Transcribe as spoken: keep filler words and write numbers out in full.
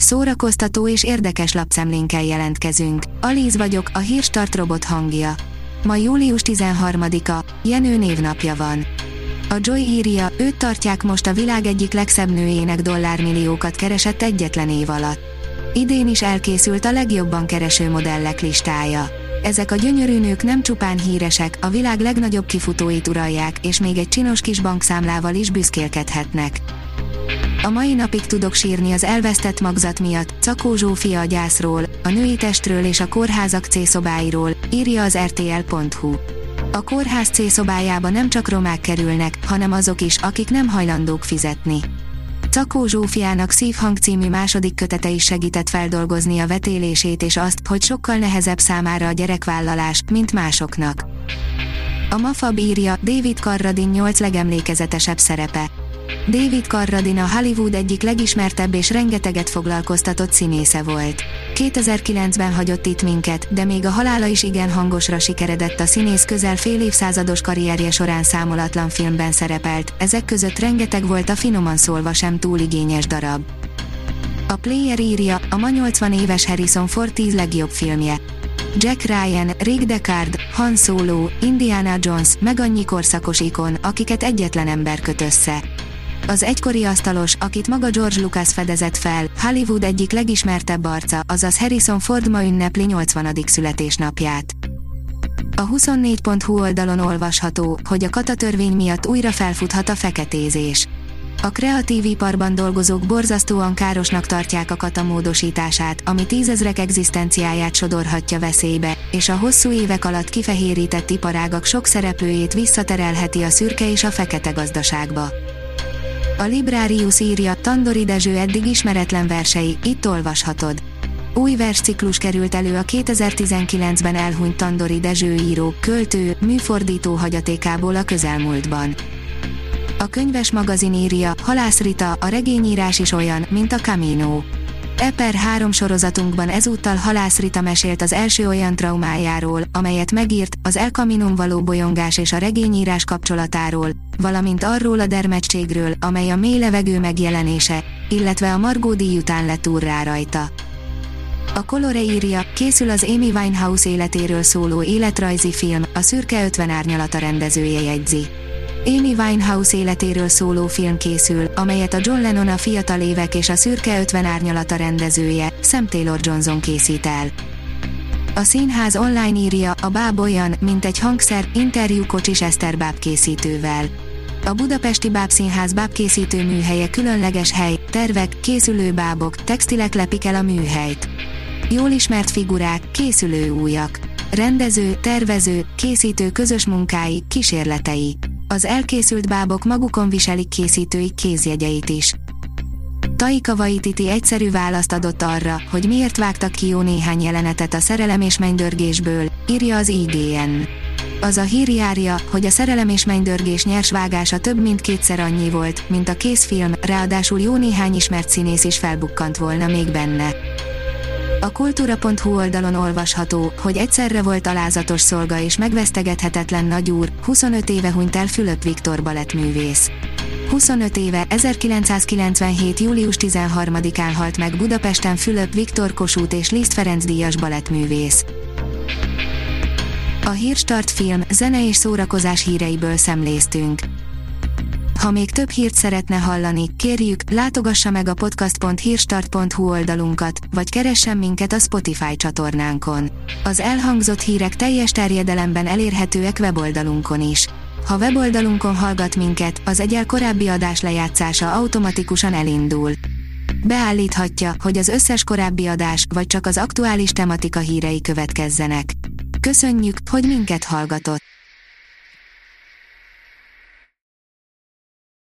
szórakoztató és érdekes lapszemlénkkel jelentkezünk. Alíz vagyok, a Hírstart robot hangja. Ma július tizenharmadika, Jenő névnapja van. A Joy írja, őt tartják most a világ egyik legszebb nőjének, dollármilliókat keresett egyetlen év alatt. Idén is elkészült a legjobban kereső modellek listája. Ezek a gyönyörű nők nem csupán híresek, a világ legnagyobb kifutóit uralják, és még egy csinos kis bankszámlával is büszkélkedhetnek. A mai napig tudok sírni az elvesztett magzat miatt, Czakó Zsófia a gyászról, a női testről és a kórházak C-szobáiról, írja az er té el pont hu. A kórház C-szobájába nem csak romák kerülnek, hanem azok is, akik nem hajlandók fizetni. Czakó Zsófiának Szívhang című második kötete is segített feldolgozni a vetélését és azt, hogy sokkal nehezebb számára a gyerekvállalás, mint másoknak. A Mafab írja, David Carradine nyolc legemlékezetesebb szerepe. David Carradine a Hollywood egyik legismertebb és rengeteget foglalkoztatott színésze volt. kétezer-kilencben hagyott itt minket, de még a halála is igen hangosra sikeredett, a színész közel fél évszázados karrierje során számolatlan filmben szerepelt, ezek között rengeteg volt a finoman szólva sem túl igényes darab. A Player írja, a ma nyolcvan éves Harrison Ford tíz legjobb filmje. Jack Ryan, Rick Deckard, Han Solo, Indiana Jones, meg annyi korszakos ikon, akiket egyetlen ember köt össze. Az egykori asztalos, akit maga George Lucas fedezett fel, Hollywood egyik legismertebb arca, azaz Harrison Ford ma ünnepli nyolcvanadik születésnapját. A huszonnégy pont hu oldalon olvasható, hogy a katatörvény miatt újra felfuthat a feketézés. A kreatív iparban dolgozók borzasztóan károsnak tartják a kata módosítását, ami tízezrek egzisztenciáját sodorhatja veszélybe, és a hosszú évek alatt kifehérített iparágak sok szereplőjét visszaterelheti a szürke és a fekete gazdaságba. A Librarius írja, Tandori Dezső eddig ismeretlen versei, itt olvashatod. Új versciklus került elő a kétezer-tizenkilencben elhunyt Tandori Dezső író, költő, műfordító hagyatékából a közelmúltban. A Könyves magazin írja, Halász Rita, a regényírás is olyan, mint a Camino. E per három sorozatunkban ezúttal Halász Rita mesélt az első olyan traumájáról, amelyet megírt, az El Caminon való bolyongás és a regényírás kapcsolatáról, valamint arról a dermedtségről, amely a mély levegő megjelenése, illetve a Margó díj után lett úrrá rajta. A Colore írja, készül az Amy Winehouse életéről szóló életrajzi film, a Szürke ötven árnyalata rendezője jegyzi. Amy Winehouse életéről szóló film készül, amelyet a John Lennon, a fiatal évek és a Szürke ötven árnyalata rendezője, Sam Taylor Johnson készít el. A Színház online írja, a báb olyan, mint egy hangszer, interjú Kocsis Eszter bábkészítővel. A Budapesti Bábszínház bábkészítő műhelye különleges hely, tervek, készülő bábok, textilek lepik el a műhelyt. Jól ismert figurák, készülő újak. Rendező, tervező, készítő közös munkái, kísérletei. Az elkészült bábok magukon viselik készítőik kézjegyeit is. Taika Waititi egyszerű választ adott arra, hogy miért vágtak ki jó néhány jelenetet a Szerelem és mennydörgésből, írja az i gé en. Az a hír járja, hogy a Szerelem és mennydörgés nyers vágása több mint kétszer annyi volt, mint a készfilm, ráadásul jó néhány ismert színész is felbukkant volna még benne. A kultúra pont hu oldalon olvasható, hogy egyszerre volt alázatos szolga és megvesztegethetetlen nagyúr, huszonöt éve hunyt el Fülöp Viktor balettművész. huszonöt éve, ezerkilencszázkilencvenhét. július tizenharmadikán halt meg Budapesten Fülöp Viktor Kossuth és Liszt Ferenc díjas balettművész. A Hírstart film, zene és szórakozás híreiből szemléztünk. Ha még több hírt szeretne hallani, kérjük, látogassa meg a podcast pont hírstart pont hu oldalunkat, vagy keressen minket a Spotify csatornánkon. Az elhangzott hírek teljes terjedelemben elérhetőek weboldalunkon is. Ha weboldalunkon hallgat minket, az egyel korábbi adás lejátszása automatikusan elindul. Beállíthatja, hogy az összes korábbi adás, vagy csak az aktuális tematika hírei következzenek. Köszönjük, hogy minket hallgatott!